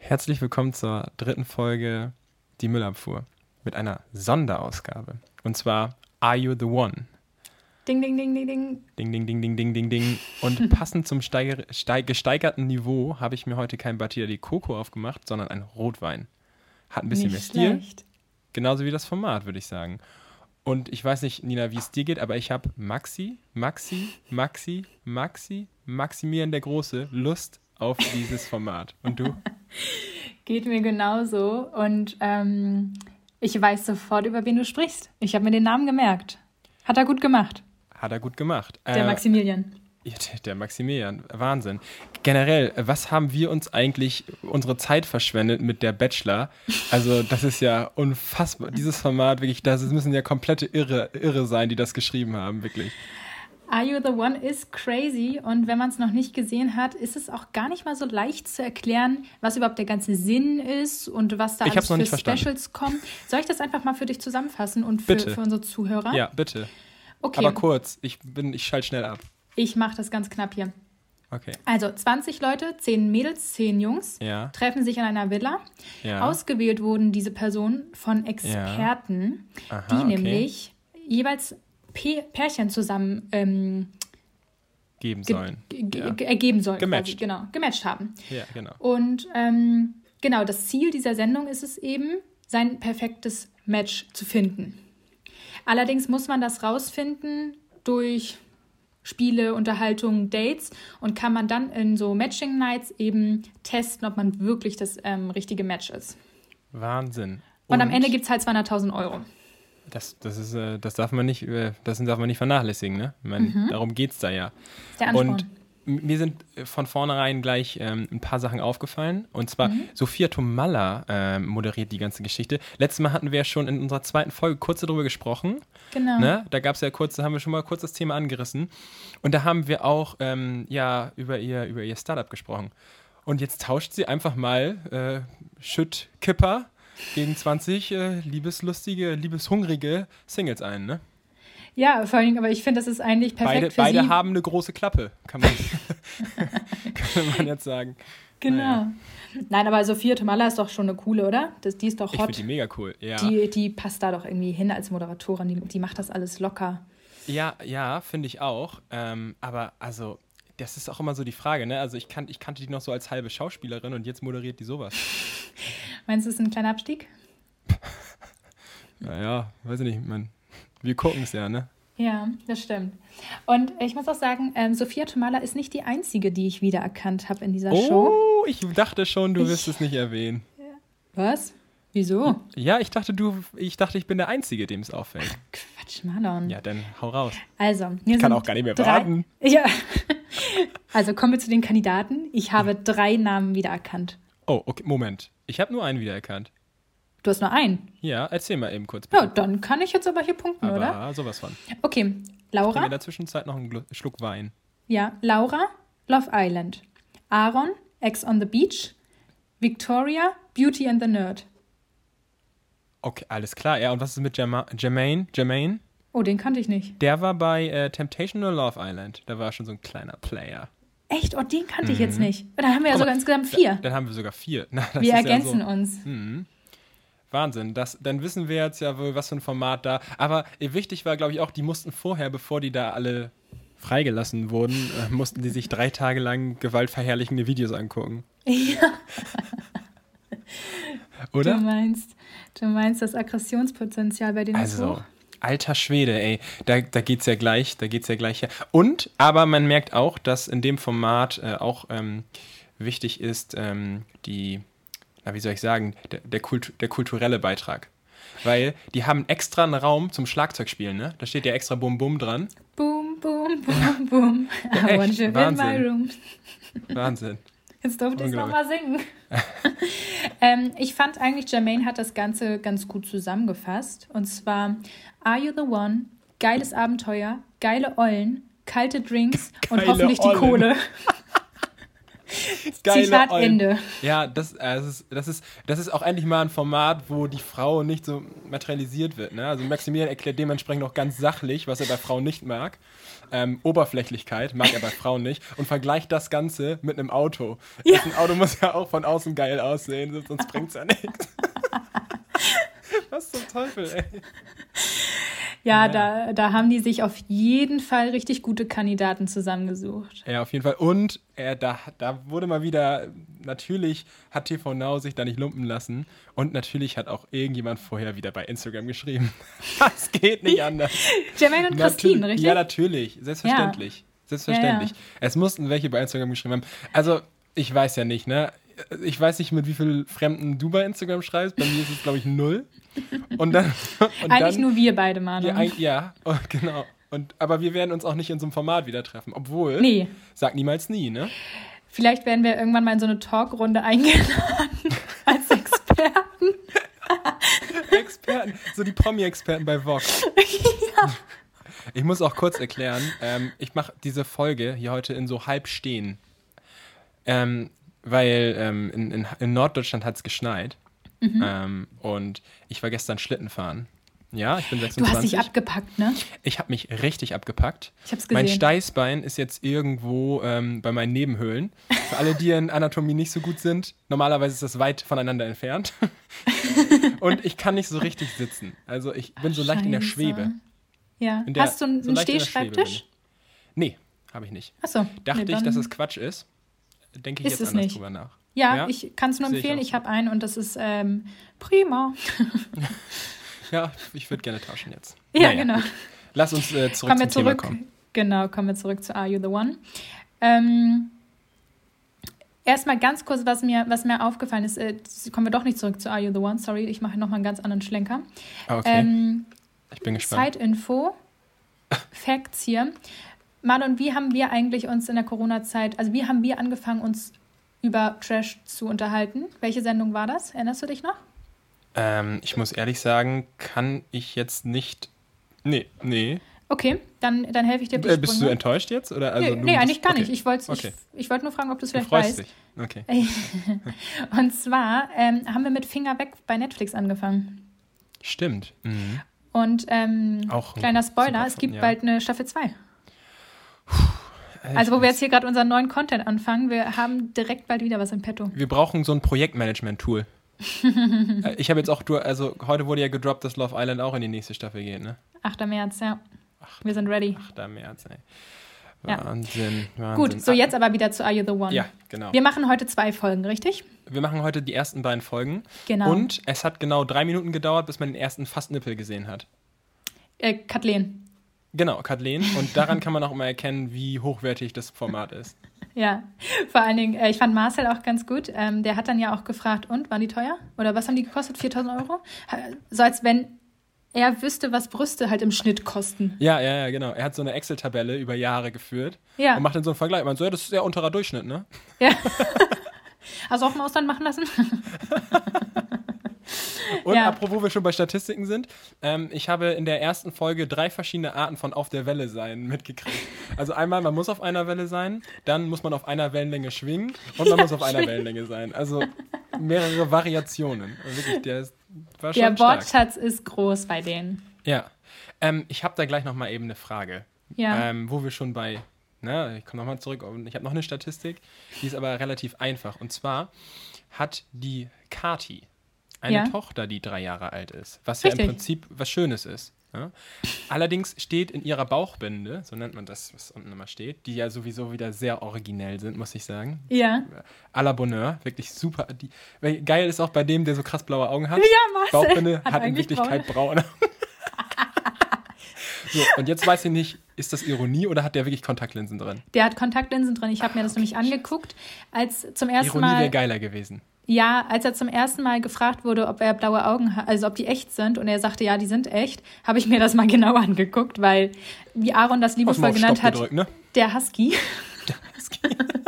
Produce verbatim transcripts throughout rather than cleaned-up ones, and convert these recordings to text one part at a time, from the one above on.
Herzlich willkommen zur dritten Folge Die Müllabfuhr mit einer Sonderausgabe. Und zwar Are You the One? Ding, ding, ding, ding, ding. Ding, ding, ding, ding, ding, ding, ding. Und passend zum steiger, steig, gesteigerten Niveau habe ich mir heute kein Batida di Coco aufgemacht, sondern ein Rotwein. Hat ein bisschen Nicht mehr Stil. schlecht. Genauso wie das Format, würde ich sagen. Und ich weiß nicht, Nina, wie es dir geht, aber ich habe Maxi, Maxi, Maxi, Maxi, Maximilian der Große Lust auf dieses Format. Und du? Geht mir genauso. Und ähm, ich weiß sofort, über wen du sprichst. Ich habe mir den Namen gemerkt. Hat er gut gemacht. Hat er gut gemacht. Der äh, Maximilian. Ja, der, der Maximilian, Wahnsinn. Generell, was haben wir uns eigentlich unsere Zeit verschwendet mit der Bachelor? Also das ist ja unfassbar. Dieses Format, wirklich, das müssen ja komplette Irre, Irre sein, die das geschrieben haben, wirklich. Are You the One is crazy. Und wenn man es noch nicht gesehen hat, ist es auch gar nicht mal so leicht zu erklären, was überhaupt der ganze Sinn ist und was da Ich hab's alles noch für nicht verstanden. Specials kommen. Soll ich das einfach mal für dich zusammenfassen und für, Bitte. für unsere Zuhörer? Ja, bitte. Okay, Aber kurz, ich bin, ich schalte schnell ab. ich mache das ganz knapp hier. Okay. Also zwanzig Leute, zehn Mädels, zehn Jungs, Ja. treffen sich in einer Villa. Ja. Ausgewählt wurden diese Personen von Experten, Aha, die okay. nämlich jeweils P- Pärchen zusammen ähm, Geben ge- sollen. ge- Ja. ge- ergeben sollen. Gematcht. Quasi, genau, gematcht haben. Ja, genau. Und ähm, genau, das Ziel dieser Sendung ist es eben, sein perfektes Match zu finden. Allerdings muss man das rausfinden durch Spiele, Unterhaltungen, Dates und kann man dann in so Matching Nights eben testen, ob man wirklich das ähm, richtige Match ist. Wahnsinn. Und, am Ende gibt es halt zweihunderttausend Euro. Das, das, ist, äh, das, darf man nicht, äh, das darf man nicht vernachlässigen, ne? Ich meine, Mhm. darum geht es da ja. Der Ansporn. Und m- mir sind äh, von vornherein gleich ähm, ein paar Sachen aufgefallen. Und zwar, Mhm. Sophia Tomalla ähm, moderiert die ganze Geschichte. Letztes Mal hatten wir ja schon in unserer zweiten Folge kurz darüber gesprochen. Genau. Ne? Da gab es ja kurz, da haben wir schon mal kurz das Thema angerissen. Und da haben wir auch ähm, ja, über ihr, über ihr Startup gesprochen. Und jetzt tauscht sie einfach mal äh, Schüttkipper gegen zwanzig äh, liebeslustige, liebeshungrige Singles ein, ne? Ja, vor allem, aber ich finde, das ist eigentlich perfekt Beide, für beide sie. haben eine große Klappe, kann man, kann man jetzt sagen. Genau. Naja. Nein, aber Sophia Tomalla ist doch schon eine coole, oder? Das, die ist doch Ich finde hot. die mega cool. Ja, Die, die passt da doch irgendwie hin als Moderatorin. Die, die macht das alles locker. ja, ja finde ich auch. Ähm, aber also, das ist auch immer so die Frage, ne? Also ich, kan- ich kannte die noch so als halbe Schauspielerin und jetzt moderiert die sowas. Meinst du, es ist ein kleiner Abstieg? Naja, weiß ich nicht, man, wir gucken es ja, ne? Ja, das stimmt. Und ich muss auch sagen, ähm, Sophia Tomalla ist nicht die einzige, die ich wiedererkannt habe in dieser Show. Oh, ich dachte schon, du Ich- wirst es nicht erwähnen. Was? Wieso? Ja, ich dachte, du, ich dachte, ich bin der Einzige, dem es auffällt. Quatsch, Marlon. Ja, dann hau raus. Also, hier Ich kann sind auch gar nicht mehr drei- warten. Ja. Also kommen wir zu den Kandidaten. Ich habe drei Namen wiedererkannt. Oh, okay, Moment. Ich habe nur einen wiedererkannt. Du hast nur einen. Ja, erzähl mal eben kurz. Ja, Bitte. dann kann ich jetzt aber hier punkten, Aber oder? sowas von. Okay, Trink in Laura. der Zwischenzeit noch einen Glu- Schluck Wein. Ja, Laura, Love Island. Aaron, Ex on the Beach. Victoria, Beauty and the Nerd. Okay, alles klar. Ja, und was ist mit Jama- Jermaine? Jermaine? Oh, den kannte ich nicht. Der war bei äh, Temptation oder Love Island. Da war schon so ein kleiner Player. Echt? Oh, den kannte ich jetzt nicht. Da haben wir ja Guck mal, sogar insgesamt vier. Dann haben wir sogar vier. Na, das Wir ist ergänzen ja so. uns. Mhm. Wahnsinn. Das, dann wissen wir jetzt ja wohl, was für ein Format da. Aber äh, wichtig war, glaube ich, auch, die mussten vorher, bevor die da alle freigelassen wurden, äh, mussten die sich drei Tage lang gewaltverherrlichende Videos angucken. Ja. Oder? Du meinst, du meinst, das Aggressionspotenzial bei denen ist Also, hoch? alter Schwede, ey, da, da geht's ja gleich, da geht's ja gleich her. Und, aber man merkt auch, dass in dem Format äh, auch ähm, wichtig ist, ähm, die, na, wie soll ich sagen, der, der, Kult, der kulturelle Beitrag. Weil die haben extra einen Raum zum Schlagzeugspielen, ne? Da steht ja extra Bum Bum dran. Boom, boom, boom, boom. I echt, want you in Wahnsinn. my room. Wahnsinn. Jetzt durfte ich es Unglaublich. nochmal singen. ähm, ich fand eigentlich, Jermaine hat das Ganze ganz gut zusammengefasst. Und zwar, Are You the One? Geiles Abenteuer, geile Ollen, kalte Drinks und Geile hoffentlich die Ollen. Kohle. Zitat Ende. Ja, das, äh, das, ist, das, ist, das ist auch endlich mal ein Format, wo die Frau nicht so materialisiert wird. Ne? Also Maximilian erklärt dementsprechend auch ganz sachlich, was er bei Frauen nicht mag. Ähm, Oberflächlichkeit mag er bei Frauen nicht und vergleicht das Ganze mit einem Auto. Ja. Ein Auto muss ja auch von außen geil aussehen, sonst bringt es ja nichts. Was zum Teufel, ey. Ja, ja. Da, da haben die sich auf jeden Fall richtig gute Kandidaten zusammengesucht. Ja, auf jeden Fall. Und äh, da, da wurde mal wieder, natürlich hat T V Now sich da nicht lumpen lassen. Und natürlich hat auch irgendjemand vorher wieder bei Instagram geschrieben. Das geht nicht anders. Jermaine und Christine, richtig? Ja, natürlich. Selbstverständlich. Ja. Selbstverständlich. Ja, ja. Es mussten welche bei Instagram geschrieben haben. Also, ich weiß ja nicht, ne? Ich weiß nicht, mit wie vielen Fremden du bei Instagram schreibst. Bei mir ist es, glaube ich, null. Und dann, und Eigentlich dann, nur wir beide, Manu. Ja, ja, genau. Und, aber wir werden uns auch nicht in so einem Format wieder treffen. Obwohl, nee. Sag niemals nie, ne? Vielleicht werden wir irgendwann mal in so eine Talkrunde eingeladen als Experten. Experten, so die Promi-Experten bei Vox. Ja. Ich muss auch kurz erklären, ähm, ich mache diese Folge hier heute in so halb stehen. Ähm, weil ähm, in, in, in Norddeutschland hat es geschneit. Mhm. Ähm, und ich war gestern Schlitten fahren. Ja, ich bin sechsundzwanzig. Du hast dich abgepackt, ne? Ich habe mich richtig abgepackt. Ich hab's gesehen. Mein Steißbein ist jetzt irgendwo ähm, bei meinen Nebenhöhlen. Für alle, die in Anatomie nicht so gut sind, normalerweise ist das weit voneinander entfernt. Und ich kann nicht so richtig sitzen. Also ich bin so leicht Scheiße. in der Schwebe. Ja. Der, hast du einen so Stehschreibtisch? Nee, habe ich nicht. Ach so. Dachte nee, ich, dass es Quatsch ist. Denke ich ist jetzt es anders nicht. drüber nach. Ja, ja? ich kann es nur Sehe empfehlen. ich, ich habe einen und das ist ähm, prima. Ja, ich würde gerne tauschen jetzt. Ja, naja, genau. Gut. Lass uns äh, zurück kommen zum zurück, Thema kommen. Genau, kommen wir zurück zu Are You The One? Ähm, erstmal ganz kurz, was mir, was mir aufgefallen ist. Äh, kommen wir doch nicht zurück zu Are You The One? Sorry, ich mache nochmal einen ganz anderen Schlenker. Okay, ähm, ich bin gespannt. Side-Info, Facts hier. Marlon, wie haben wir eigentlich uns in der Corona-Zeit, also wie haben wir angefangen, uns über Trash zu unterhalten? Welche Sendung war das? Erinnerst du dich noch? Ähm, ich muss ehrlich sagen, kann ich jetzt nicht. Nee, nee. Okay, dann, dann helfe ich dir. Äh, bist du enttäuscht jetzt? Oder? Also nee, du nee eigentlich gar okay. nicht. Ich wollte okay. ich, ich wollt nur fragen, ob du es vielleicht du freust weißt. Dich. Okay. Und zwar ähm, haben wir mit Finger weg bei Netflix angefangen. Stimmt. Mhm. Und ähm, Auch kleiner Spoiler, es gibt ja. bald eine Staffel zwei. Also wo wir jetzt hier gerade unseren neuen Content anfangen, wir haben direkt bald wieder was im Petto. Wir brauchen so ein Projektmanagement-Tool. Ich habe jetzt auch, also heute wurde ja gedroppt, dass Love Island auch in die nächste Staffel geht, ne? achter März, ja. Wir sind ready. achter März, ey. Ja. Wahnsinn, Wahnsinn. Gut, so jetzt aber wieder zu Are You The One? Ja, genau. Wir machen heute zwei Folgen, richtig? Wir machen heute die ersten beiden Folgen. Genau. Und es hat genau drei Minuten gedauert, bis man den ersten Fast-Nippel gesehen hat. Äh, Kathleen. Genau, Kathleen. Und daran kann man auch immer erkennen, wie hochwertig das Format ist. Ja, vor allen Dingen, äh, ich fand Marcel auch ganz gut. Ähm, der hat dann ja auch gefragt, und, waren die teuer? Oder was haben die gekostet? viertausend Euro? So als wenn er wüsste, was Brüste halt im Schnitt kosten. Ja, ja, ja, genau. Er hat so eine Excel-Tabelle über Jahre geführt. Ja. Und macht dann so einen Vergleich. Man so, ja, das ist sehr unterer Durchschnitt, ne? Ja. Hast du auch im Ausland machen lassen? Und ja. apropos wir schon bei Statistiken sind, ähm, ich habe in der ersten Folge drei verschiedene Arten von auf der Welle sein mitgekriegt. Also einmal, man muss auf einer Welle sein, dann muss man auf einer Wellenlänge schwingen und man ja, muss auf schwingen. einer Wellenlänge sein. Also mehrere Variationen. Wirklich, der ist, war schon Der stark. Wortschatz ist groß bei denen. Ja. Ähm, ich habe da gleich nochmal eben eine Frage. Ja. Ähm, wo wir schon bei, na, ich komme nochmal zurück und ich habe noch eine Statistik, die ist aber relativ einfach. Und zwar hat die Kati eine ja. Tochter, die drei Jahre alt ist, was Richtig. ja im Prinzip was Schönes ist. Ja? Allerdings steht in ihrer Bauchbinde, so nennt man das, was unten immer steht, die ja sowieso wieder sehr originell sind, muss ich sagen. Ja. À la Bonheur, wirklich super. Die, geil ist auch bei dem, der so krass blaue Augen hat. Ja, Marcel. Bauchbinde hat, hat in Wirklichkeit braune Augen. So, und jetzt weiß ich nicht, ist das Ironie oder hat der wirklich Kontaktlinsen drin? Der hat Kontaktlinsen drin. Ich habe mir das okay, nämlich angeguckt, als zum ersten Ironie Mal... Ironie wäre geiler gewesen. Ja, als er zum ersten Mal gefragt wurde, ob er blaue Augen hat, also ob die echt sind, und er sagte, ja, die sind echt, habe ich mir das mal genau angeguckt, weil, wie Aaron das liebevoll genannt hat, gedrückt, ne? der Husky, der Husky.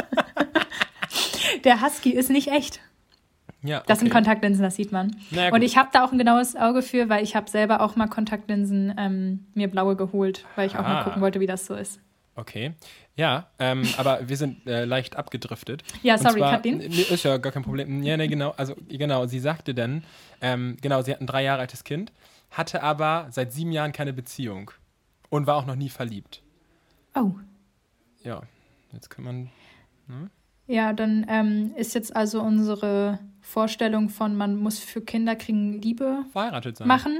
der Husky ist nicht echt. Ja, okay. Das sind Kontaktlinsen, das sieht man. Naja, und ich habe da auch ein genaues Auge für, weil ich habe selber auch mal Kontaktlinsen ähm, mir blaue geholt, weil ich ah. auch mal gucken wollte, wie das so ist. Okay. Ja, ähm, aber wir sind äh, leicht abgedriftet. Ja, Und sorry, zwar, Katrin. nee, ist ja gar kein Problem. Ja, nee, genau. Also, genau, sie sagte dann, ähm, genau, sie hat ein drei Jahre altes Kind, hatte aber seit sieben Jahren keine Beziehung und war auch noch nie verliebt. Oh. Ja, jetzt kann man. Ne? Ja, dann ähm, ist jetzt also unsere Vorstellung von, man muss für Kinder kriegen Liebe Verheiratet sein. machen.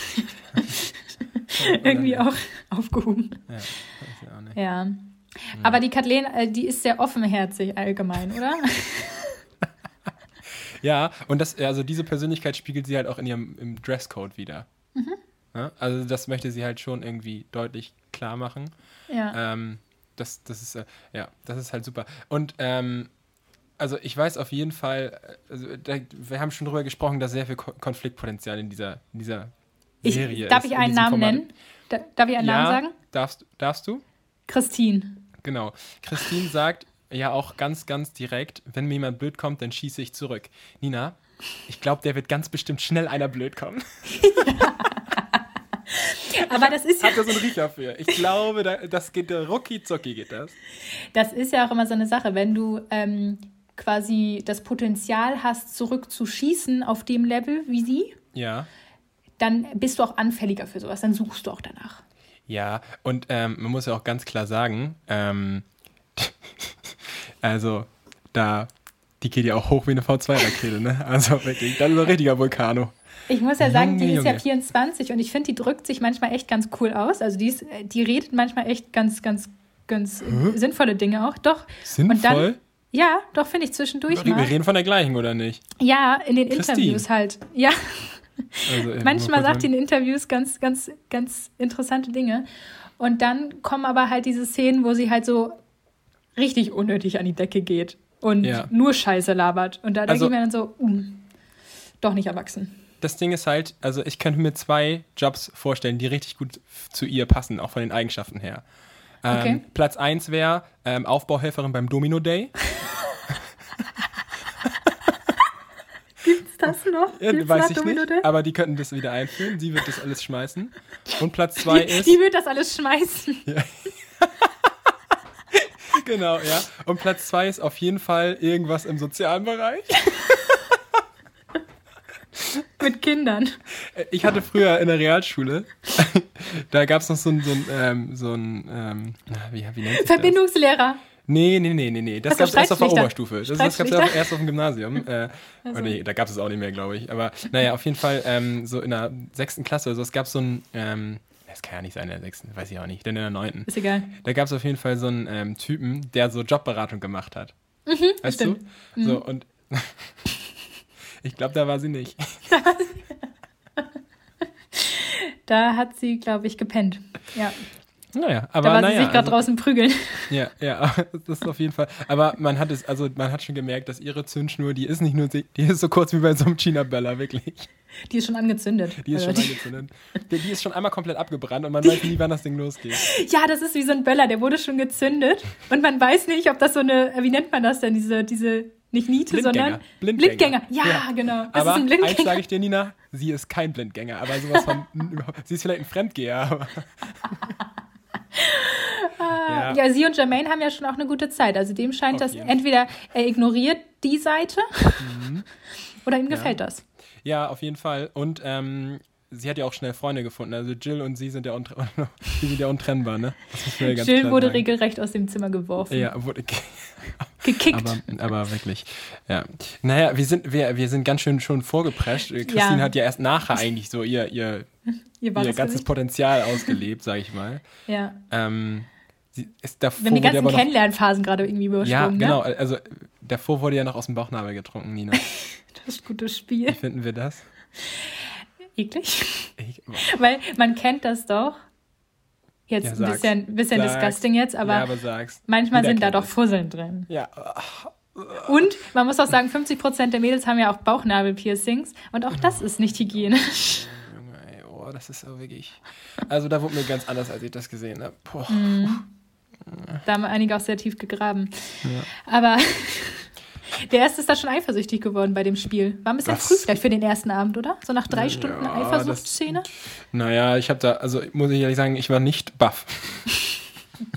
Irgendwie auch aufgehoben. Ja, weiß ich auch nicht. Ja. Aber die Kathleen, äh, die ist sehr offenherzig allgemein, oder? Ja, und das, also diese Persönlichkeit spiegelt sie halt auch in ihrem im Dresscode wieder. Mhm. Ja, also das möchte sie halt schon irgendwie deutlich klar machen. Ja. Ähm, das, das ist, äh, ja, das ist halt super. Und ähm, also ich weiß auf jeden Fall, also da, wir haben schon drüber gesprochen, dass sehr viel Ko- Konfliktpotenzial in dieser, in dieser Ich, Serie darf ist. ich in einen diesem Namen Format. nennen? Da, darf ich einen Ja, Namen sagen? Darfst, darfst du? Christine. Genau. Christine sagt ja auch ganz, ganz direkt, wenn mir jemand blöd kommt, dann schieße ich zurück. Nina, ich glaube, der wird ganz bestimmt schnell einer blöd kommen. Aber das ist ja, Hat da so einen Riecher für. Ich glaube, da, das geht rucki zucki geht das. das ist ja auch immer so eine Sache, wenn du ähm, quasi das Potenzial hast, zurückzuschießen auf dem Level wie sie, Ja. dann bist du auch anfälliger für sowas, dann suchst du auch danach. Ja, und ähm, man muss ja auch ganz klar sagen, ähm, also da, die geht ja auch hoch wie eine V zwei Rakete, ne? Also wirklich, das ist ein richtiger Vulkano. Ich muss ja sagen, Junge, die ist ja Junge. vierundzwanzig und ich finde, die drückt sich manchmal echt ganz cool aus. Also die, ist, die redet manchmal echt ganz, ganz, ganz Hä? sinnvolle Dinge auch. Doch. Sinnvoll? Und dann, ja, doch, finde ich zwischendurch Wir mal. reden von der gleichen, oder nicht? Ja, in den Christine. Interviews halt. Ja, Also, äh, manchmal nur sagt kurz die in Interviews ganz, ganz, ganz interessante Dinge. Und dann kommen aber halt diese Szenen, wo sie halt so richtig unnötig an die Decke geht und Ja. nur Scheiße labert. Und da denke Also- ich mir dann so, uh, doch nicht erwachsen. Das Ding ist halt, also ich könnte mir zwei Jobs vorstellen, die richtig gut f- zu ihr passen, auch von den Eigenschaften her. Ähm, Okay. Platz eins wäre ähm, Aufbauhelferin beim Domino Day. Gibt's das noch? Ja, Gibt's weiß noch ich Domino nicht, Day? aber die könnten das wieder einführen. Sie wird das alles schmeißen. Und Platz zwei Die, ist... die wird das alles schmeißen. Genau, ja. Und Platz zwei ist auf jeden Fall irgendwas im sozialen Bereich. Mit Kindern. Ich hatte früher in der Realschule, da gab es noch so ein, so ein, ähm, so ein ähm, na, wie, wie nennt sich Verbindungslehrer. das? Nee, nee, nee, nee, nee. Das Ach gab so, es erst auf der Streitschlichter. Oberstufe. Das, das gab es Streitschlichter. erst auf dem Gymnasium. Äh, Also. oder nee, da gab es es auch nicht mehr, glaube ich. Aber naja, auf jeden Fall so so in der sechsten Klasse oder so, es gab so ein, ähm, das kann ja nicht sein in der sechsten, weiß ich auch nicht, denn in der neunten. Ist egal. Da gab es auf jeden Fall so einen ähm, Typen, der so Jobberatung gemacht hat. Mhm, Weißt stimmt. du? So, und ich glaube, da war sie nicht. Da hat sie, glaube ich, gepennt. Ja. Naja, Da aber war naja. sie sich gerade also, draußen prügeln. Ja, ja, das ist auf jeden Fall. Aber man hat es, also man hat schon gemerkt, dass ihre Zündschnur, die ist nicht nur, die ist so kurz wie bei so einem China-Böller, wirklich. Die ist schon angezündet. Die ist Also schon angezündet. Die, die ist schon einmal komplett abgebrannt und man weiß nie, wann das Ding losgeht. Ja, das ist wie so ein Böller, der wurde schon gezündet und man weiß nicht, ob das so eine, wie nennt man das denn, diese, diese, nicht Niete, Blindgänger. sondern Blindgänger. Ja, Ja. genau. Das Aber ist ein eins Blindgänger. sage ich dir, Nina, sie ist kein Blindgänger, aber sowas von, sie ist vielleicht ein Fremdgeher, aber Ja. ja, sie und Jermaine haben ja schon auch eine gute Zeit. Also dem scheint Auf das jeden. entweder er ignoriert die Seite oder ihm Ja. gefällt das. ja, auf jeden Fall. Und ähm, sie hat ja auch schnell Freunde gefunden. Also Jill und sie sind ja, untre- die sind ja untrennbar, ne? Das muss man ja ganz Jill klar wurde sagen. regelrecht aus dem Zimmer geworfen. Ja, wurde Gekickt. aber, aber wirklich, ja. Naja, wir sind, wir, wir sind ganz schön schon vorgeprescht. Christine Ja. hat ja erst nachher eigentlich so ihr, ihr, Ihr wahres ihr ganzes Gesicht. Potenzial ausgelebt, sag ich mal. Ja. Ähm, sie ist davor Wir haben die wurde ganzen aber noch, Kennenlernphasen gerade irgendwie übersprungen. ja, genau. Ne? Also davor wurde ja noch aus dem Bauchnabel getrunken, Nina. Das ist ein gutes Spiel. Wie finden wir das? Eklig. Ich, Weil man kennt das doch. Jetzt Ja, ein sag's. bisschen, bisschen Sag's. disgusting jetzt, aber, ja, aber sag's. manchmal Jeder sind da kennt doch es. Fusseln drin. Ja, Und man muss auch sagen, fünfzig Prozent der Mädels haben ja auch Bauchnabelpiercings und auch das ist nicht hygienisch. Junge, ey, oh, das ist aber wirklich. Also da wurde mir ganz anders, als ich das gesehen habe. Boah. Da haben einige auch sehr tief gegraben. Ja. Aber der Erste ist da schon eifersüchtig geworden bei dem Spiel. War ein bisschen Das- früh vielleicht für den ersten Abend, oder? So nach drei Ja, Stunden das- Eifersuchtsszene? Naja, ich habe da, also muss ich ehrlich sagen, ich war nicht baff.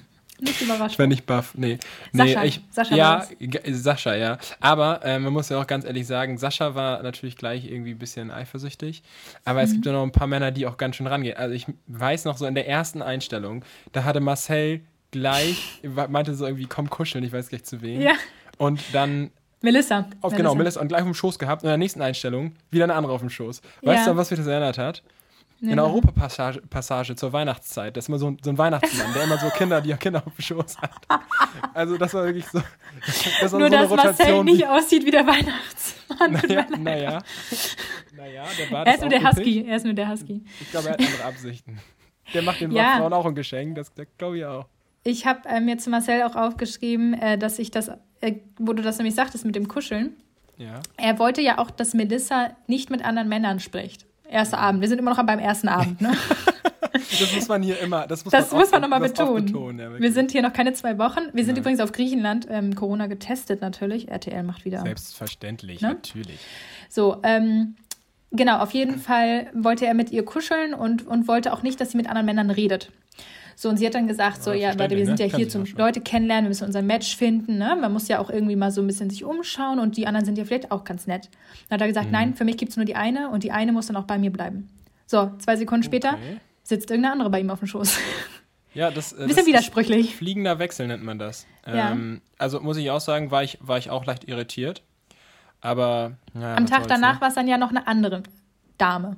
Nicht überrascht. Ich war nicht baff, nee. Sascha, nee, ich, Sascha ja, war's. g- Sascha, ja. Aber äh, man muss ja auch ganz ehrlich sagen, Sascha war natürlich gleich irgendwie ein bisschen eifersüchtig. Aber Mhm. es gibt ja noch ein paar Männer, die auch ganz schön rangehen. Also ich weiß noch so in der ersten Einstellung, da hatte Marcel gleich, meinte so irgendwie, komm kuscheln, ich weiß gleich zu wem. Ja. Und dann Melissa. auf, genau, Melissa und gleich auf dem Schoß gehabt und in der nächsten Einstellung wieder eine andere auf dem Schoß. Weißt Ja. du, an was mich das erinnert hat? Nee, In der nee. Europapassage Passage zur Weihnachtszeit, das ist immer so ein, so ein Weihnachtsmann, der immer so Kinder, die Kinder auf dem Schoß hat. Also das war wirklich so, das war Nur, so eine dass Marcel Rotation. nicht wie- aussieht wie der Weihnachtsmann. naja, naja, naja, der Bart Er ist ist nur auch der üppig. Husky. Er ist nur der Husky. Ich glaube, er hat andere Absichten. Der macht den Ja. Frauen auch ein Geschenk, das, das glaube ich auch. Ich habe äh, mir zu Marcel auch aufgeschrieben, äh, dass ich das, äh, wo du das nämlich sagtest mit dem Kuscheln, Ja. er wollte ja auch, dass Melissa nicht mit anderen Männern spricht. Erster Abend. Wir sind immer noch beim ersten Abend, ne? Das muss man hier immer, das muss Das man, muss oft- man nochmal das oft betonen. betonen ja, wirklich. Wir sind hier noch keine zwei Wochen. Wir sind Nein. übrigens auf Griechenland, ähm, Corona getestet natürlich. R T L macht wieder. Selbstverständlich, Ne? natürlich. So, ähm, genau, auf jeden Fall wollte er mit ihr kuscheln und, und wollte auch nicht, dass sie mit anderen Männern redet. So, und sie hat dann gesagt, so, Ja, ja, Leute, wir verständlich, sind ne? ja Kann hier sich zum auch schon. Leute kennenlernen, wir müssen unser Match finden, ne? Man muss ja auch irgendwie mal so ein bisschen sich umschauen und die anderen sind ja vielleicht auch ganz nett. Dann hat er Mhm. gesagt, nein, für mich gibt es nur die eine und die eine muss dann auch bei mir bleiben. So, zwei Sekunden später Okay. sitzt irgendeine andere bei ihm auf dem Schoß. Ja, das, äh, Bisschen das widersprüchlich. Ist fliegender Wechsel nennt man das. Ja. Ähm, also muss ich auch sagen, war ich, war ich auch leicht irritiert. Aber ja, Am was Tag soll's, danach ne? war es dann ja noch eine andere Dame.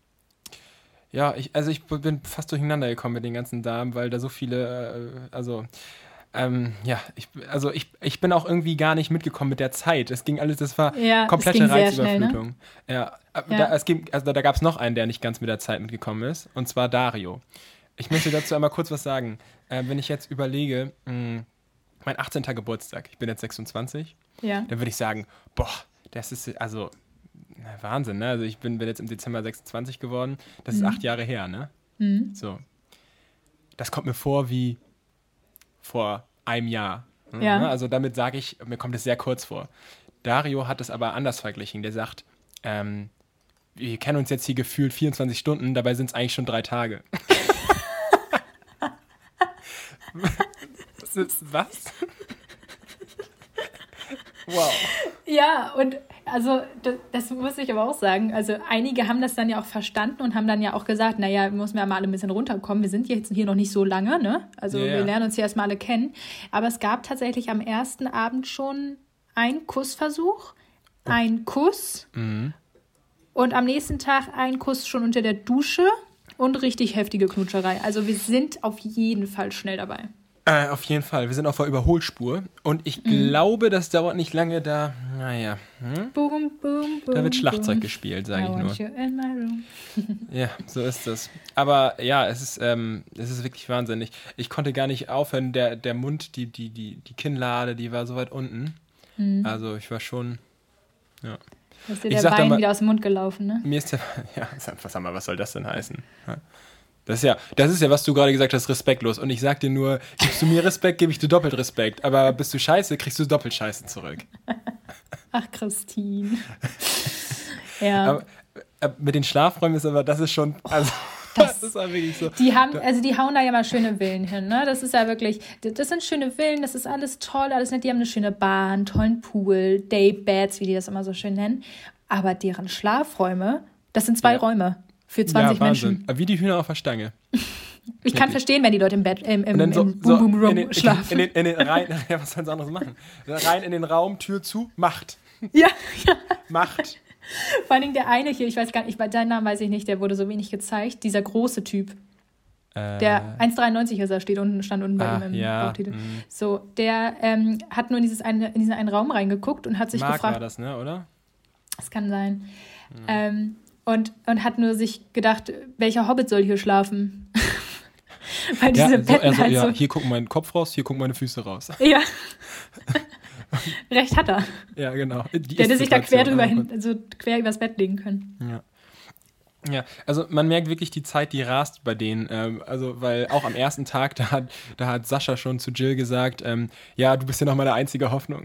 Ja, ich, also ich bin fast durcheinander gekommen mit den ganzen Damen, weil da so viele, äh, also ähm, ja, ich, also ich, ich bin auch irgendwie gar nicht mitgekommen mit der Zeit. Es ging alles, das war Ja, es komplette ging sehr schnell, ne? Reizüberflutung. Ja, äh, Ja. Da, es ging, also da gab es noch einen, der nicht ganz mit der Zeit mitgekommen ist, und zwar Dario. Ich möchte dazu einmal kurz was sagen. Äh, wenn ich jetzt überlege, mh, mein achtzehnter Geburtstag, ich bin jetzt sechsundzwanzig, Ja. dann würde ich sagen, boah, das ist also na, Wahnsinn, ne? Also ich bin, bin jetzt im Dezember sechsundzwanzig geworden, das ist acht Jahre her, ne? Mhm. So. Das kommt mir vor wie vor einem Jahr. ne? Ja. Also damit sage ich, mir kommt es sehr kurz vor. Dario hat es aber anders verglichen. Der sagt, ähm, wir kennen uns jetzt hier gefühlt vierundzwanzig Stunden, dabei sind es eigentlich schon drei Tage. Was ist was? Wow. Ja, und also das, das muss ich aber auch sagen. Also einige haben das dann ja auch verstanden und haben dann ja auch gesagt, naja, müssen wir mal alle ein bisschen runterkommen. Wir sind jetzt hier noch nicht so lange, ne? Also Ja, ja. wir lernen uns hier erstmal alle kennen. Aber es gab tatsächlich am ersten Abend schon einen Kussversuch, einen Kuss Mhm. und am nächsten Tag einen Kuss schon unter der Dusche und richtig heftige Knutscherei. Also wir sind auf jeden Fall schnell dabei. Äh, auf jeden Fall. Wir sind auf der Überholspur. Und ich Mhm. glaube, das dauert nicht lange da. Naja, hm? Boom, boom, boom. Da wird Schlagzeug boom. gespielt, I sage ich nur. want you in my room. Ja, so ist es. Aber ja, es ist, ähm, es ist wirklich wahnsinnig. Ich konnte gar nicht aufhören. Der, der Mund, die, die, die, die Kinnlade, die war so weit unten. Mhm. Also ich war schon. Ja. Da ist dir Ich der sag da Wein mal- wieder aus dem Mund gelaufen, ne? Mir ist der. Ja, was, sag mal, was soll das denn heißen? Ja. Das ist ja, das ist ja, was du gerade gesagt hast, respektlos. Und ich sag dir nur, gibst du mir Respekt, gebe ich dir doppelt Respekt. Aber bist du scheiße, kriegst du doppelt Scheiße zurück. Ach, Christine. ja. Aber äh, mit den Schlafräumen ist aber, das ist schon, also, das, ist ja wirklich so. Die haben, also die hauen da ja mal schöne Villen hin, ne? Das ist ja wirklich, das sind schöne Villen, das ist alles toll, alles nett. Die haben eine schöne Bar, einen tollen Pool, Daybeds, wie die das immer so schön nennen. Aber deren Schlafräume, das sind zwei Ja. Räume für zwanzig ja, Wahnsinn. Menschen. Wie die Hühner auf der Stange. Ich kann verstehen, wenn die Leute im Bett, im, im, Und dann so, im so Boom Boom Room in, den, in, schlafen. in, den, in den rein, ja, was sollen sie anderes machen? Rein in den Raum, Tür zu, Macht. ja, ja. Macht. Vor allen Dingen der eine hier, ich weiß gar nicht, deinen Namen weiß ich nicht, der wurde so wenig gezeigt, dieser große Typ. Äh, Der eins Komma dreiundneunzig ist er, steht unten, stand unten bei Ah, ihm im ja, Bauchtitel. mm. So, der ähm, hat nur in, dieses eine, in diesen einen Raum reingeguckt und hat sich Mark war gefragt, das, ne, oder? das kann sein, ähm, und, und hat nur sich gedacht, welcher Hobbit soll hier schlafen? Weil diese Ja, so, Betten also, halt ja, so, hier guckt mein Kopf raus, hier gucken meine Füße raus. ja, recht hat er. Ja, genau. Die Der hätte sich da quer Ist-Situation, drüber aber hin, gut. also quer übers Bett legen können. Ja. Ja, also man merkt wirklich, die Zeit, die rast bei denen. Ähm, also, weil auch am ersten Tag, da hat, da hat Sascha schon zu Jill gesagt, ähm, ja, du bist ja noch meine einzige Hoffnung.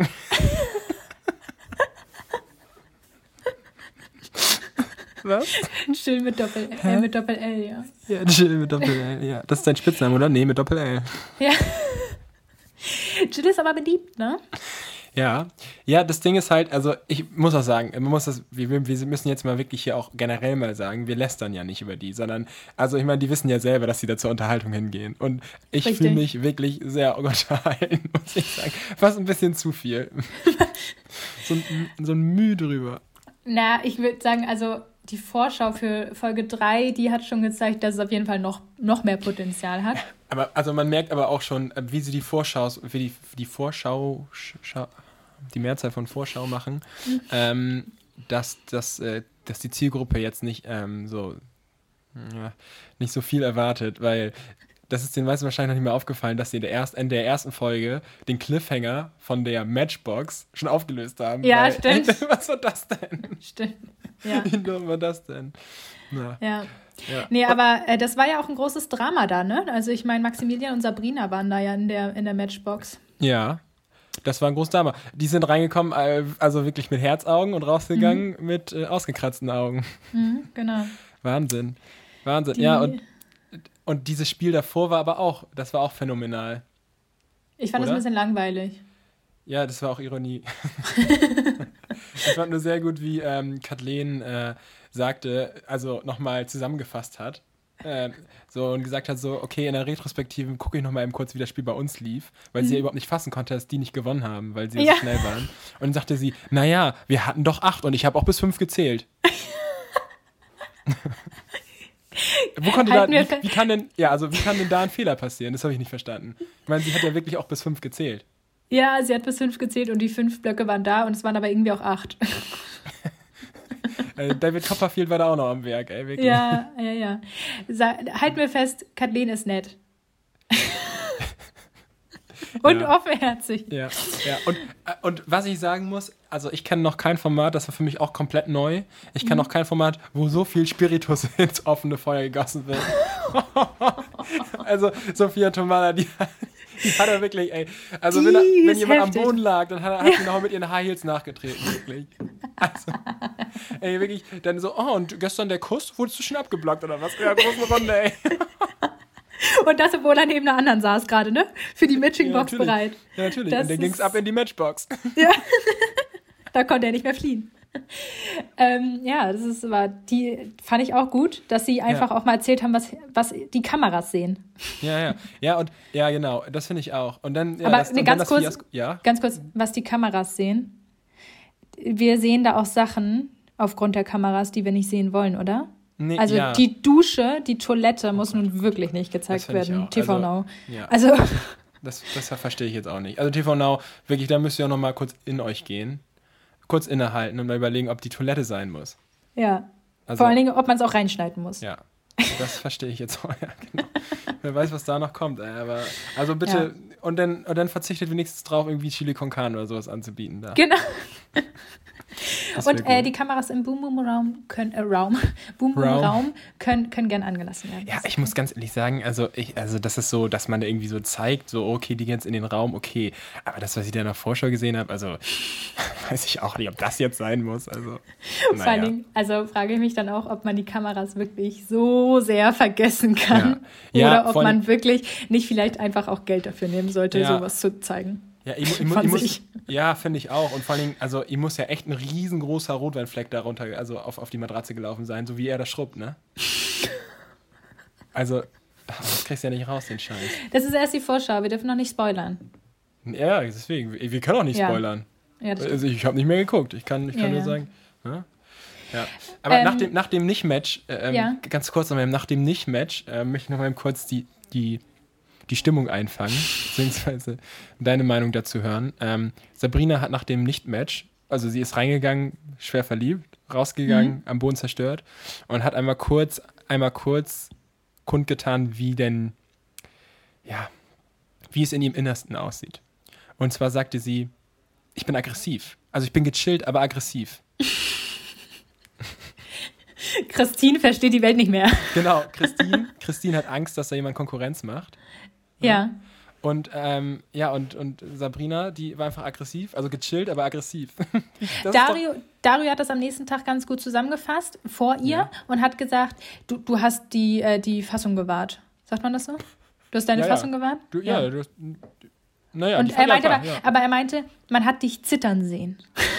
Was? Chill mit Doppel, äh, mit Doppel L, ja. Ja, Jill mit Doppel-L, ja. Das ist dein Spitzname, oder? Nee, mit Doppel-L. Ja. Jill ist aber beliebt, ne? Ja, ja, das Ding ist halt, also ich muss auch sagen, man muss das, wir, wir müssen jetzt mal wirklich hier auch generell mal sagen, wir lästern ja nicht über die, sondern, also ich meine, die wissen ja selber, dass sie da zur Unterhaltung hingehen. Und ich fühle mich wirklich sehr unterhalten, muss ich sagen. Fast ein bisschen zu viel. so, ein, so ein Mühe drüber. Na, ich würde sagen, also die Vorschau für Folge drei, die hat schon gezeigt, dass es auf jeden Fall noch, noch mehr Potenzial hat. Aber also man merkt aber auch schon, wie sie die Vorschaus, wie die, die Vorschau, Schau, die Mehrzahl von Vorschau machen, mhm. ähm, dass, dass, äh, dass die Zielgruppe jetzt nicht ähm, so ja, nicht so viel erwartet, weil das ist den meisten wahrscheinlich noch nicht mehr aufgefallen, dass sie in der, erst, in der ersten Folge den Cliffhanger von der Matchbox schon aufgelöst haben. Ja, weil, stimmt. Ey, was war das denn? Stimmt. Ja. Wie dumm war das denn? Na. Ja. Ja. Nee, aber äh, das war ja auch ein großes Drama da, ne? Also ich meine, Maximilian und Sabrina waren da ja in der, in der Matchbox. Ja, das war ein großes Drama. Die sind reingekommen, äh, also wirklich mit Herzaugen und rausgegangen mhm. mit äh, ausgekratzten Augen. Mhm, genau. Wahnsinn. Wahnsinn. Die, ja, und, und dieses Spiel davor war aber auch, das war auch phänomenal. Ich fand es ein bisschen langweilig. Ja, das war auch Ironie. Ich fand nur sehr gut, wie ähm, Kathleen äh, sagte, also nochmal zusammengefasst hat, äh, so und gesagt hat, so, okay, in der Retrospektive gucke ich nochmal eben kurz, wie das Spiel bei uns lief, weil mhm. sie ja überhaupt nicht fassen konnte, dass die nicht gewonnen haben, weil sie ja. so schnell waren. Und dann sagte sie, naja, wir hatten doch acht und ich habe auch bis fünf gezählt. Wo konnte halt da, wie, wie kann denn, ja, also wie kann denn da ein Fehler passieren? Das habe ich nicht verstanden. Ich meine, sie hat ja wirklich auch bis fünf gezählt. Ja, sie hat bis fünf gezählt und die fünf Blöcke waren da und es waren aber irgendwie auch acht. David Copperfield war da auch noch am Werk, ey, wirklich. Ja, ja, ja. Sa- halt mir fest, Kathleen ist nett. Und ja. offenherzig. Ja, ja. Und, und was ich sagen muss, also ich kenne noch kein Format, das war für mich auch komplett neu. Ich kenne mhm. noch kein Format, wo so viel Spiritus ins offene Feuer gegossen wird. Also Sophia Tomala, die, die hat er wirklich, ey. Also die wenn, er, wenn jemand heftig. am Boden lag, dann hat, er, hat sie noch mit ihren High Heels nachgetreten, wirklich. Also, ey, wirklich, dann so, oh, und gestern der Kuss, wurdest du schon abgeblockt oder was? Ja, große Runde, ey. Und das, obwohl er neben einer anderen saß gerade, ne? Für die Matchingbox ja, bereit. Ja, natürlich. Das und dann ging es ab in die Matchbox. Ja. Da konnte er nicht mehr fliehen. Ähm, ja, das ist aber, die fand ich auch gut, dass sie einfach ja. auch mal erzählt haben, was, was die Kameras sehen. Ja, ja. Ja, und ja, genau, das finde ich auch. Und dann, ja, aber das, ne, und ganz, dann kurz, Fiasko, ja? ganz kurz, was die Kameras sehen. Wir sehen da auch Sachen aufgrund der Kameras, die wir nicht sehen wollen, oder? Nee, also ja. die Dusche, die Toilette oh muss Gott. nun wirklich nicht gezeigt werden. T V Now. Ja. Also das, das verstehe ich jetzt auch nicht. Also T V Now, wirklich, da müsst ihr auch noch mal kurz in euch gehen. Kurz innehalten und mal überlegen, ob die Toilette sein muss. Ja. Also, vor allen Dingen, ob man es auch reinschneiden muss. Ja. Das verstehe ich jetzt auch. Ja, genau. Wer weiß, was da noch kommt. Ey, aber also bitte, ja. und, dann, und dann verzichtet wenigstens drauf, irgendwie Chili con Carne oder sowas anzubieten. Da. Genau. Und äh, die Kameras im Boom Boom Raum können, äh, Raum, Boom Boom Raum, Raum können, können gern angelassen werden. Ja, ich muss ganz ehrlich sagen, also ich, also das ist so, dass man da irgendwie so zeigt, so okay, die gehen jetzt in den Raum, okay, aber das, was ich da in der Vorschau gesehen habe, also weiß ich auch nicht, ob das jetzt sein muss. Also, naja. Vor allen Dingen, also frage ich mich dann auch, ob man die Kameras wirklich so sehr vergessen kann ja. Ja, oder ob man wirklich nicht vielleicht einfach auch Geld dafür nehmen sollte, ja. sowas zu zeigen. Ja, ich, ich, ich muss, ja, finde ich auch. Und vor allem, also ihm muss ja echt ein riesengroßer Rotweinfleck darunter, also auf, auf die Matratze gelaufen sein, so wie er das schrubbt, ne? Also, das kriegst du ja nicht raus, den Scheiß. Das ist erst die Vorschau, wir dürfen noch nicht spoilern. Ja, deswegen, wir können auch nicht ja. spoilern. Ja, das also ich habe nicht mehr geguckt, ich kann, ich kann ja, nur ja. sagen, ja? Ja. Aber ähm, nach dem, nach dem Nicht-Match, äh, ja. ganz kurz noch mal, nach dem Nicht-Match, äh, möchte ich noch mal kurz die, die die Stimmung einfangen, beziehungsweise deine Meinung dazu hören. Ähm, Sabrina hat nach dem Nicht-Match, also sie ist reingegangen, schwer verliebt, rausgegangen, mhm. am Boden zerstört und hat einmal kurz, einmal kurz kundgetan, wie denn, ja, wie es in ihrem Innersten aussieht. Und zwar sagte sie, ich bin aggressiv. Also ich bin gechillt, aber aggressiv. Christine versteht die Welt nicht mehr. Genau, Christine, Christine hat Angst, dass da jemand Konkurrenz macht. Ja. Und ähm, ja, und, und Sabrina, die war einfach aggressiv, also gechillt, aber aggressiv. Dario, Dario hat das am nächsten Tag ganz gut zusammengefasst vor ihr ja. und hat gesagt, du, du hast die, äh, die Fassung gewahrt. Sagt man das so? Du hast deine ja, Fassung ja. gewahrt? Du, ja, ja. Du hast, naja, und er meinte aber, ja. aber er meinte, man hat dich zittern sehen.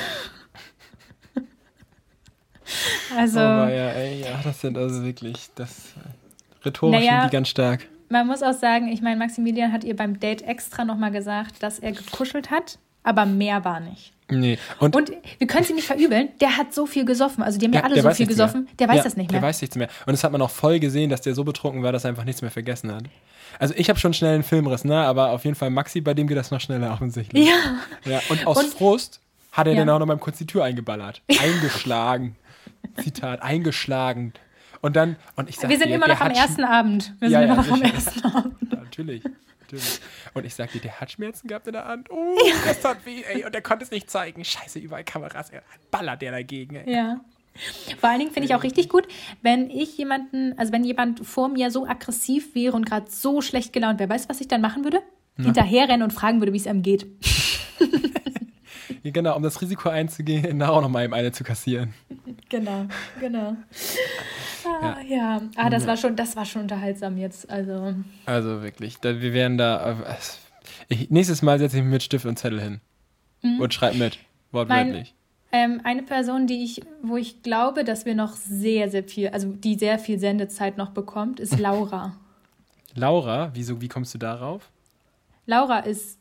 Also. Oh, ja, ey, ja, das sind also wirklich, das rhetorisch naja, sind die ganz stark. Man muss auch sagen, ich meine, Maximilian hat ihr beim Date extra nochmal gesagt, dass er gekuschelt hat, aber mehr war nicht. Nee. Und, und wir können sie nicht verübeln, der hat so viel gesoffen, also die haben ja alle so viel gesoffen, mehr. der weiß ja, das nicht mehr. Der weiß nichts mehr. Und das hat man auch voll gesehen, dass der so betrunken war, dass er einfach nichts mehr vergessen hat. Also ich habe schon schnell einen Filmriss, ne? Aber auf jeden Fall Maxi, bei dem geht das noch schneller offensichtlich. Ja. ja und aus und, ja. Frust hat er dann auch noch mal kurz die Tür eingeballert. Eingeschlagen. Zitat, eingeschlagen. Und dann, und ich sag Wir sind dir, immer noch am ersten Abend. Wir sind ja, immer ja, noch am ersten Abend. Natürlich. Natürlich. Und ich sag dir, der hat Schmerzen gehabt in der Hand. Oh, das tat weh, ey. Und er konnte es nicht zeigen. Scheiße, überall Kameras. Er ballert der dagegen, ey. Ja. Vor allen Dingen finde ich auch richtig gut, wenn ich jemanden, also wenn jemand vor mir so aggressiv wäre und gerade so schlecht gelaunt wäre, weißt du, was ich dann machen würde? Na? Hinterherrennen und fragen würde, wie es einem geht. Ja, genau, um das Risiko einzugehen, da auch noch mal eben eine zu kassieren. Genau, genau. Ah, ja. ja. Ah, das ja. war schon, das war schon unterhaltsam jetzt. Also, also wirklich, da, wir werden da. Ich, nächstes Mal setze ich mich mit Stift und Zettel hin mhm. und schreibe mit, wortwörtlich. Mein, ähm, eine Person, die ich, wo ich glaube, dass wir noch sehr, sehr viel, also die sehr viel Sendezeit noch bekommt, ist Laura. Laura? Wieso, wie kommst du darauf? Laura ist.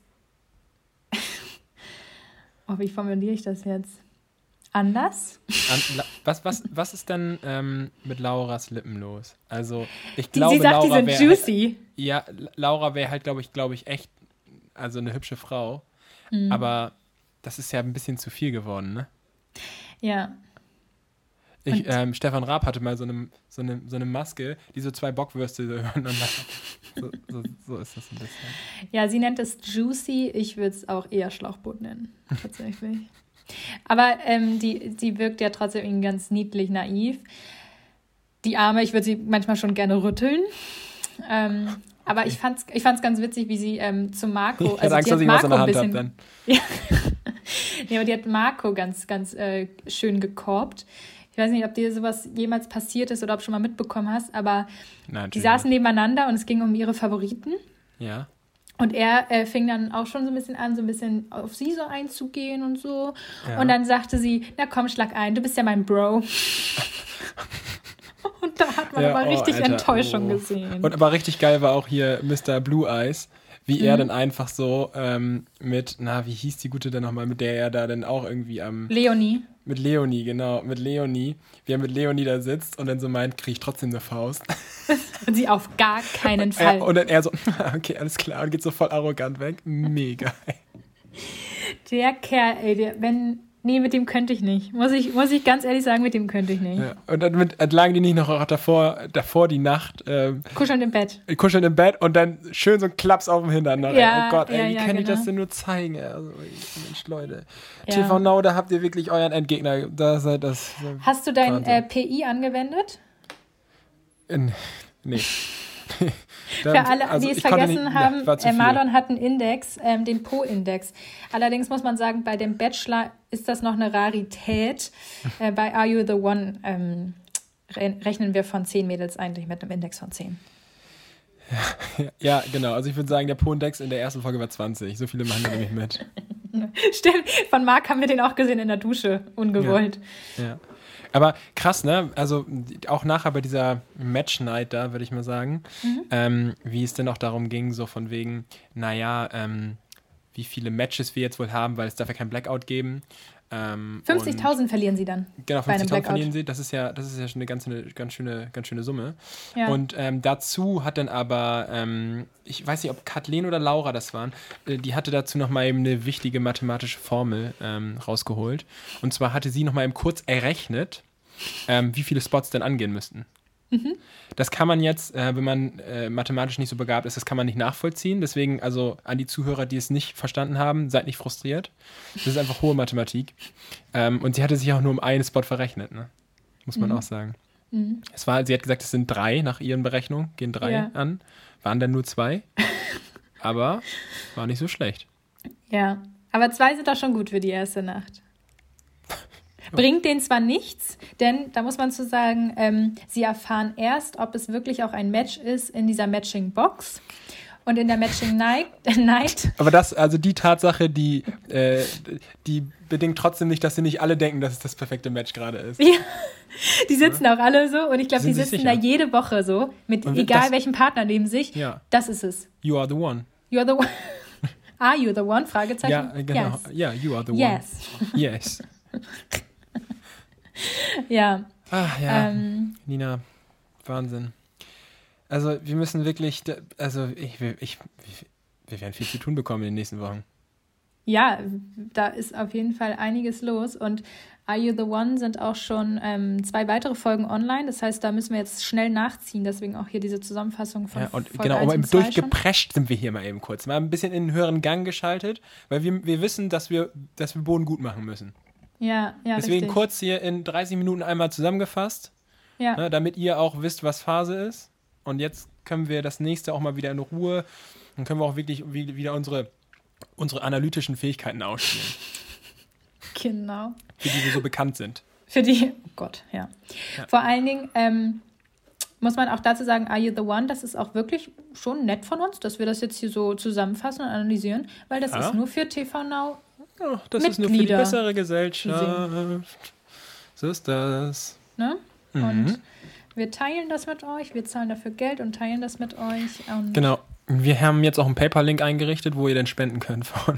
Oh, wie formuliere ich das jetzt? Anders? An, was, was, was ist denn ähm, mit Lauras Lippen los? Also, ich glaube, Sie sagt, Laura die sind juicy. Halt, ja, Laura wäre halt, glaube ich, glaube ich, echt, also eine hübsche Frau. Mhm. Aber das ist ja ein bisschen zu viel geworden, ne? Ja. Ich, ähm, Stefan Raab hatte mal so eine, so, eine, so eine Maske, die so zwei Bockwürste übereinander hat. So, so, so ist das ein bisschen. Ja, sie nennt es juicy. Ich würde es auch eher Schlauchboot nennen, tatsächlich. Aber ähm, die, die wirkt ja trotzdem irgendwie ganz niedlich naiv. Die Arme, ich würde sie manchmal schon gerne rütteln. Ähm, okay. Aber ich fand's, ich fand's ganz witzig, wie sie ähm, zu Marco... Ich also hatte Angst, dass ich was in der Hand habe dann. Ja. Nee, aber die hat Marco ganz, ganz äh, schön gekorbt. Ich weiß nicht, ob dir sowas jemals passiert ist oder ob du schon mal mitbekommen hast, aber Nein, die saßen nebeneinander und es ging um ihre Favoriten. Ja. Und er äh, fing dann auch schon so ein bisschen an, so ein bisschen auf sie so einzugehen und so. Ja. Und dann sagte sie, na komm, schlag ein, du bist ja mein Bro. Und da hat man ja, aber oh, richtig Alter, Enttäuschung oh. gesehen. Und aber richtig geil war auch hier Mister Blue Eyes, wie mhm. er dann einfach so ähm, mit, na, wie hieß die Gute denn nochmal, mit der er da dann auch irgendwie am... Leonie. Mit Leonie, genau, mit Leonie. Wie er mit Leonie da sitzt und dann so meint, kriege ich trotzdem eine Faust. Und sie auf gar keinen Fall. Er, und dann er so, okay, alles klar, und geht so voll arrogant weg. Mega. Der Kerl, ey, der, wenn... Nee, mit dem könnte ich nicht. Muss ich, muss ich ganz ehrlich sagen, mit dem könnte ich nicht. Ja, und dann mit, lagen die nicht noch auch davor, davor die Nacht. Ähm, kuscheln im Bett. Kuscheln im Bett und dann schön so ein Klaps auf dem Hintern. Ne? Ja, oh Gott, ey, ja, wie ja, kann genau. ich das denn nur zeigen? Also, Mensch, Leute. Ja. T V Now, da habt ihr wirklich euren Endgegner. Das, das, Hast du dein äh, P I angewendet? In, nee. Dann, Für alle, also die es vergessen nicht, haben, ja, äh, Marlon hat einen Index, ähm, den Po-Index. Allerdings muss man sagen, bei dem Bachelor ist das noch eine Rarität. Äh, bei Are You the One ähm, re- rechnen wir von zehn Mädels eigentlich mit einem Index von zehn. Ja, ja, genau. Also ich würde sagen, der Po-Index in der ersten Folge war zwanzig. So viele machen nämlich mit. Stimmt, von Marc haben wir den auch gesehen in der Dusche, ungewollt. Ja, ja. Aber krass, ne? Also auch nachher bei dieser Match-Night da, würde ich mal sagen, mhm. ähm, wie es denn auch darum ging, so von wegen, naja, ähm, wie viele Matches wir jetzt wohl haben, weil es darf ja kein Blackout geben. Ähm, fünfzigtausend verlieren sie dann. Genau, fünfzigtausend verlieren sie. Das ist ja, das ist ja schon eine ganz, eine ganz schöne, ganz schöne Summe. Ja. Und ähm, dazu hat dann aber, ähm, ich weiß nicht, ob Kathleen oder Laura das waren, äh, die hatte dazu nochmal eben eine wichtige mathematische Formel ähm, rausgeholt. Und zwar hatte sie nochmal eben kurz errechnet, ähm, wie viele Spots denn angehen müssten. Mhm. Das kann man jetzt, äh, wenn man äh, mathematisch nicht so begabt ist, das kann man nicht nachvollziehen. Deswegen, also an die Zuhörer, die es nicht verstanden haben, seid nicht frustriert. Das ist einfach hohe Mathematik. Ähm, und sie hatte sich auch nur um einen Spot verrechnet, ne? Muss man mhm. auch sagen. Mhm. Es war, sie hat gesagt, es sind drei nach ihren Berechnungen, gehen drei ja. an. Waren dann nur zwei. Aber war nicht so schlecht. Ja, aber zwei sind doch schon gut für die erste Nacht. Bringt denen zwar nichts, denn da muss man zu sagen, ähm, sie erfahren erst, ob es wirklich auch ein Match ist in dieser Matching-Box. Und in der Matching Night, äh, Night Aber das, also die Tatsache, die, äh, die bedingt trotzdem nicht, dass sie nicht alle denken, dass es das perfekte Match gerade ist. ja, die sitzen auch alle so und ich glaube, die Sind sich sitzen sicher? da jede Woche so, mit Und egal das- welchem Partner neben sich. Ja. Das ist es. You are the one. You're the one. Are you the one? Fragezeichen. Ja, genau. Yes. Ja, you are the Yes. one. Yes. Ja. Ach ja, Ähm, Nina, Wahnsinn. Also wir müssen wirklich, da- also ich, ich, ich, wir werden viel zu tun bekommen in den nächsten Wochen. ja, da ist auf jeden Fall einiges los und Are You the One sind auch schon ähm, zwei weitere Folgen online. Das heißt, da müssen wir jetzt schnell nachziehen. Deswegen auch hier diese Zusammenfassung von Ja, und Folge genau, eins aber und eben zwei durchgeprescht sind wir hier mal eben kurz. Mal ein bisschen in den höheren Gang geschaltet, weil wir, wir wissen, dass wir, dass wir Boden gut machen müssen. schon. Ja, ja, Deswegen richtig. kurz hier in dreißig Minuten einmal zusammengefasst, Ja. ne, damit ihr auch wisst, was Phase ist. Und jetzt können wir das nächste auch mal wieder in Ruhe, dann können wir auch wirklich wie- wieder unsere, unsere analytischen Fähigkeiten ausspielen, Genau. für die wir so bekannt sind. Für die, oh Gott, ja. Ja. Vor allen Dingen ähm, muss man auch dazu sagen, Are You the One, das ist auch wirklich schon nett von uns, dass wir das jetzt hier so zusammenfassen und analysieren, weil das Ja. ist nur für T V Now. Ja, das ist nur für die Mitglieder bessere Gesellschaft. So ist das. Ne? Mhm. Und wir teilen das mit euch, wir zahlen dafür Geld und teilen das mit euch. Und Genau. Wir haben jetzt auch einen PayPal-Link eingerichtet, wo ihr dann spenden könnt von.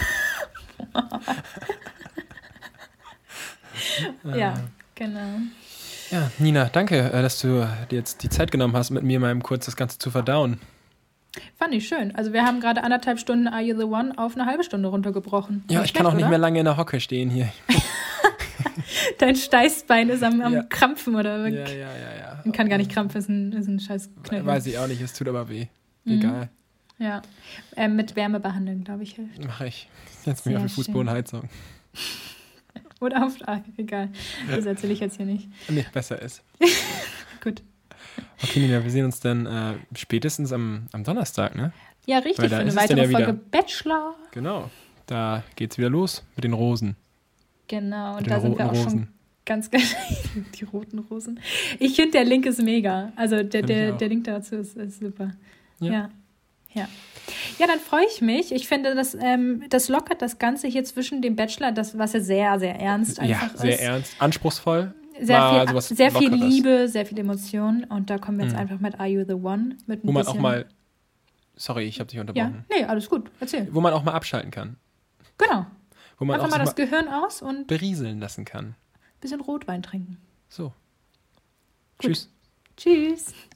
Ja, genau. Ja, Nina, danke, äh, dass du dir jetzt die Zeit genommen hast, mit mir mal eben kurz das Ganze zu verdauen. Fand ich schön. Also wir haben gerade anderthalb Stunden Are You the One auf eine halbe Stunde runtergebrochen. Ja, Nicht ich kann auch schlecht, nicht oder? mehr lange in der Hocke stehen hier. Dein Steißbein ist am, am Ja. Krampfen oder Ja, ja, ja, ja. kann gar nicht krampfen, ist ein, ist ein scheiß Knöchel. Weiß ich auch nicht, es tut aber weh. Mhm. Egal, Ja. Ähm, mit Wärme behandeln, glaube ich, hilft. mache ich. Jetzt bin ich Sehr auf die Fußbodenheizung. Oder auf. Ah, egal. Das erzähle ich jetzt hier nicht. Nee, besser ist. Gut. Okay, Nina, wir sehen uns dann äh, spätestens am, am Donnerstag, ne? Ja, richtig. Weil da Für eine ist es dann weitere ja wieder- Folge Bachelor. Genau. Da geht's wieder los mit den Rosen. Genau. Mit Und den da sind wir roten auch schon Rosen. ganz, ganz. Die roten Rosen. Ich finde, der Link ist mega. Also der, Find ich der, auch. der Link dazu ist, ist super. Ja. Ja. Ja. Ja, dann freue ich mich. Ich finde, das, ähm, das lockert das Ganze hier zwischen dem Bachelor, das, was ja sehr, sehr ernst Ja, einfach sehr ist. ernst. Anspruchsvoll. Sehr Mal viel, sowas sehr viel Lockeres. Liebe, sehr viel Emotion. Und da kommen wir jetzt Mhm. einfach mit Are You the One? Mit ein Wo man bisschen, auch mal. Sorry, ich habe dich Ja, unterbrochen. nee, alles gut. Erzähl. Wo man auch mal abschalten kann. Genau. Wo man Einfach auch mal sich das mal Gehirn aus und ein berieseln lassen kann. bisschen Rotwein trinken. So. Gut. Tschüss. Tschüss.